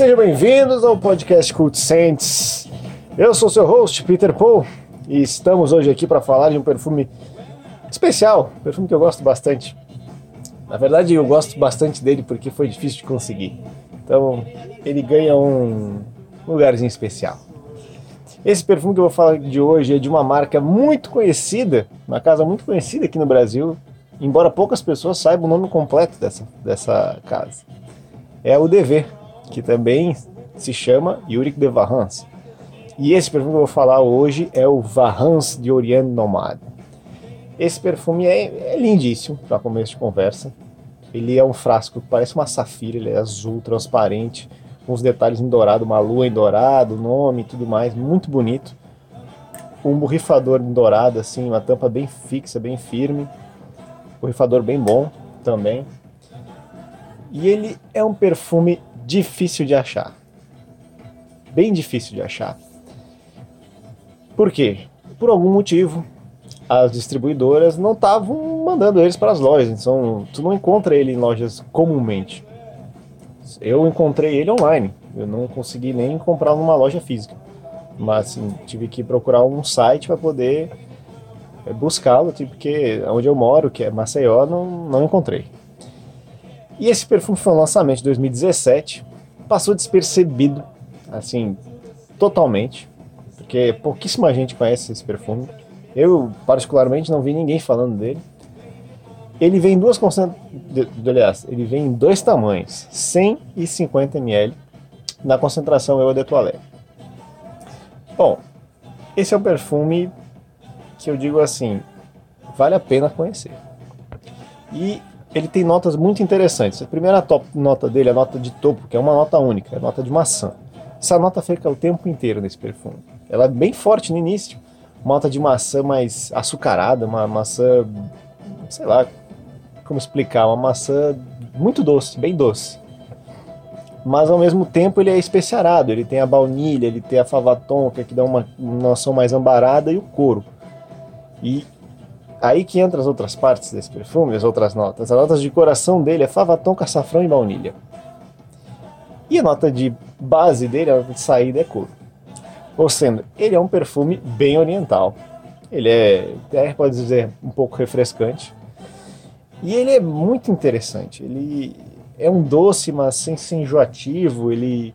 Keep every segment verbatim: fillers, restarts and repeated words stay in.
Sejam bem-vindos ao podcast Cult Saints. Eu sou seu host, Peter Paul, e estamos hoje aqui para falar de um perfume especial, um perfume que eu gosto bastante. Na verdade, eu gosto bastante dele porque foi difícil de conseguir. Então, ele ganha um lugarzinho especial. Esse perfume que eu vou falar de hoje é de uma marca muito conhecida, uma casa muito conhecida aqui no Brasil, embora poucas pessoas saibam o nome completo dessa, dessa casa. É a U D V, que também se chama Uric de Varans. E esse perfume que eu vou falar hoje é o Varans de Orient Nomade. Esse perfume é, é lindíssimo para começo de conversa. Ele é um frasco que parece uma safira, ele é azul, transparente, com os detalhes em dourado, uma lua em dourado, nome e tudo mais, muito bonito. Um borrifador em dourado, assim, uma tampa bem fixa, bem firme. Borrifador bem bom também. E ele é um perfume difícil de achar. Bem difícil de achar. Por quê? Por algum motivo, as distribuidoras não estavam mandando eles para as lojas. Então, tu não encontra ele em lojas comumente. Eu encontrei ele online. Eu não consegui nem comprar numa loja física. Mas assim, tive que procurar um site para poder buscá-lo, porque onde eu moro, que é Maceió, não, não encontrei. E esse perfume foi um lançamento de dois mil e dezessete. Passou despercebido, assim, totalmente. Porque pouquíssima gente conhece esse perfume. Eu, particularmente, não vi ninguém falando dele. Ele vem em duas concentrações, aliás, ele vem em dois tamanhos, cem e cinquenta mililitros, na concentração Eau de Toilette. Bom, esse é um perfume que eu digo assim, vale a pena conhecer. E ele tem notas muito interessantes. A primeira top, nota dele é a nota de topo, que é uma nota única, é a nota de maçã. Essa nota fica o tempo inteiro nesse perfume. Ela é bem forte no início, uma nota de maçã mais açucarada, uma maçã, sei lá como explicar, uma maçã muito doce, bem doce. Mas ao mesmo tempo ele é especiarado, ele tem a baunilha, ele tem a fava tonka, que dá uma noção mais ambarada, e o couro. E aí que entra as outras partes desse perfume, as outras notas. As notas de coração dele é fava tonka, açafrão e baunilha. E a nota de base dele, a nota de saída, é couro. Ou seja, ele é um perfume bem oriental. Ele é, até pode dizer, um pouco refrescante. E ele é muito interessante. Ele é um doce, mas sem ser enjoativo. Ele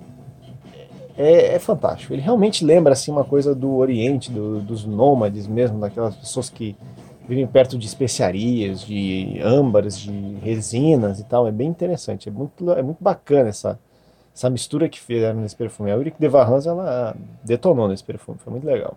é, é fantástico. Ele realmente lembra assim, uma coisa do Oriente, do, dos nômades mesmo, daquelas pessoas que vivem perto de especiarias, de âmbares, de resinas e tal. É bem interessante. É muito, é muito bacana essa, essa mistura que fizeram nesse perfume. A Uric de Varans, ela detonou nesse perfume. Foi muito legal.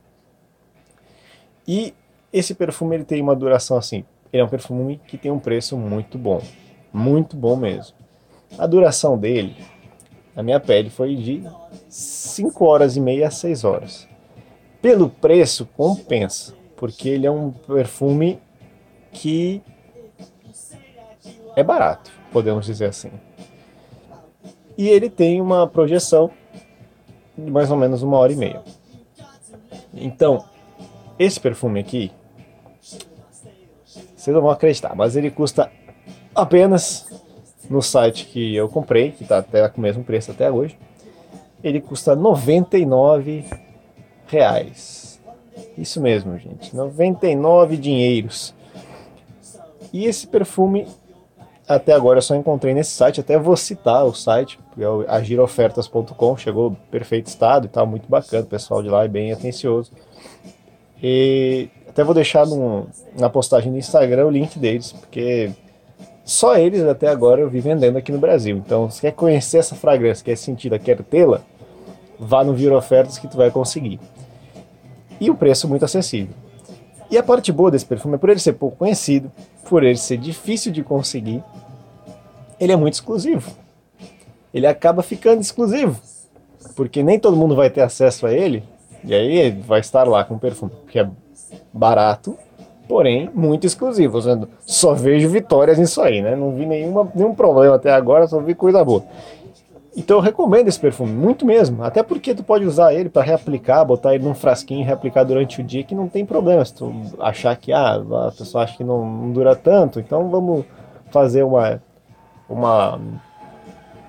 E esse perfume ele tem uma duração assim. Ele é um perfume que tem um preço muito bom. Muito bom mesmo. A duração dele, na minha pele, foi de cinco horas e meia a seis horas. Pelo preço, compensa. Porque ele é um perfume que é barato, podemos dizer assim. E ele tem uma projeção de mais ou menos uma hora e meia. Então, esse perfume aqui, vocês não vão acreditar, mas ele custa apenas, no site que eu comprei, que está até com o mesmo preço até hoje, ele custa noventa e nove reais. Isso mesmo, gente, noventa e nove dinheiros. E esse perfume, até agora eu só encontrei nesse site, até vou citar o site, é o agirofertas ponto com, chegou perfeito estado e tal, muito bacana, o pessoal de lá é bem atencioso. E até vou deixar no, na postagem do Instagram o link deles, porque só eles até agora eu vi vendendo aqui no Brasil. Então, se quer conhecer essa fragrância, quer sentir, quer tê-la, vá no Vira Ofertas que tu vai conseguir. E o preço muito acessível. E a parte boa desse perfume é por ele ser pouco conhecido, por ele ser difícil de conseguir, ele é muito exclusivo. Ele acaba ficando exclusivo, porque nem todo mundo vai ter acesso a ele, e aí ele vai estar lá com o perfume, que é barato, porém muito exclusivo. Só vejo vitórias nisso aí, né? Não vi nenhuma, nenhum problema até agora, só vi coisa boa. Então eu recomendo esse perfume, muito mesmo. Até porque tu pode usar ele para reaplicar, botar ele num frasquinho e reaplicar durante o dia, que não tem problema. Se tu achar que ah, a pessoa acha que não, não dura tanto, então vamos fazer uma, uma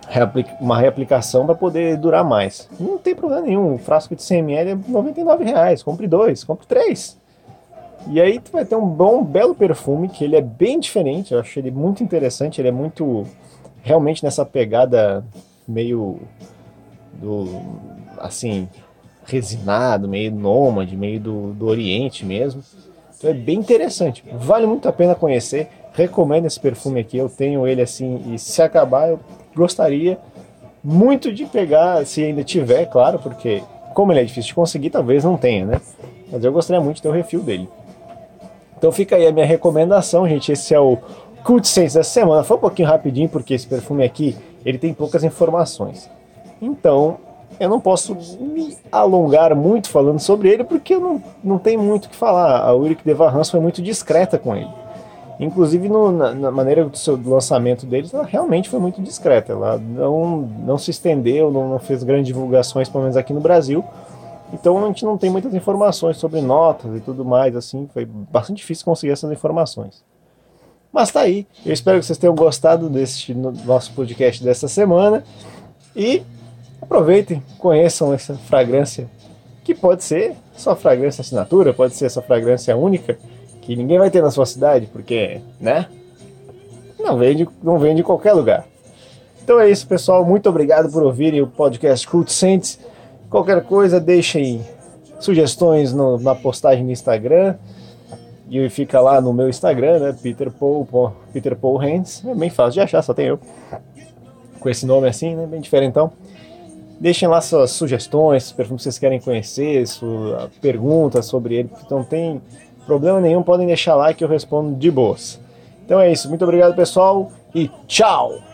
uma reaplicação para poder durar mais. Não tem problema nenhum, o frasco de cem mililitros é noventa e nove reais, compre dois, compre três. E aí tu vai ter um bom, belo perfume, que ele é bem diferente, eu acho ele muito interessante, ele é muito, realmente nessa pegada meio, do, assim, resinado, meio nômade, meio do, do Oriente mesmo. Então é bem interessante, vale muito a pena conhecer, recomendo esse perfume aqui, eu tenho ele assim, e se acabar eu gostaria muito de pegar, se ainda tiver, claro, porque como ele é difícil de conseguir, talvez não tenha, né? Mas eu gostaria muito de ter o refil dele. Então fica aí a minha recomendação, gente, esse é o Cult Scents dessa semana. Foi um pouquinho rapidinho, porque esse perfume aqui, ele tem poucas informações. Então, eu não posso me alongar muito falando sobre ele, porque eu não, não tenho muito o que falar. A Ulrike de Warrens foi muito discreta com ele. Inclusive no, na, na maneira do, seu, do lançamento deles, ela realmente foi muito discreta. Ela não, não se estendeu, não, não fez grandes divulgações, pelo menos aqui no Brasil. Então a gente não tem muitas informações sobre notas e tudo mais, assim, foi bastante difícil conseguir essas informações. Mas tá aí, eu espero que vocês tenham gostado desse nosso podcast dessa semana e aproveitem, conheçam essa fragrância, que pode ser sua fragrância assinatura, pode ser sua fragrância única, que ninguém vai ter na sua cidade, porque, né, não vende, não vende em qualquer lugar. Então é isso, pessoal, muito obrigado por ouvirem o podcast Cult Scents. Qualquer coisa, deixem sugestões no, na postagem no Instagram. E fica lá no meu Instagram, né? Peter Paul, Peter Paul Hands. É bem fácil de achar, só tem eu. Com esse nome assim, né? Bem diferentão. Deixem lá suas sugestões, perfumes que vocês querem conhecer, sua, perguntas sobre ele. Então não tem problema nenhum, podem deixar lá que eu respondo de boas. Então é isso, muito obrigado pessoal e tchau!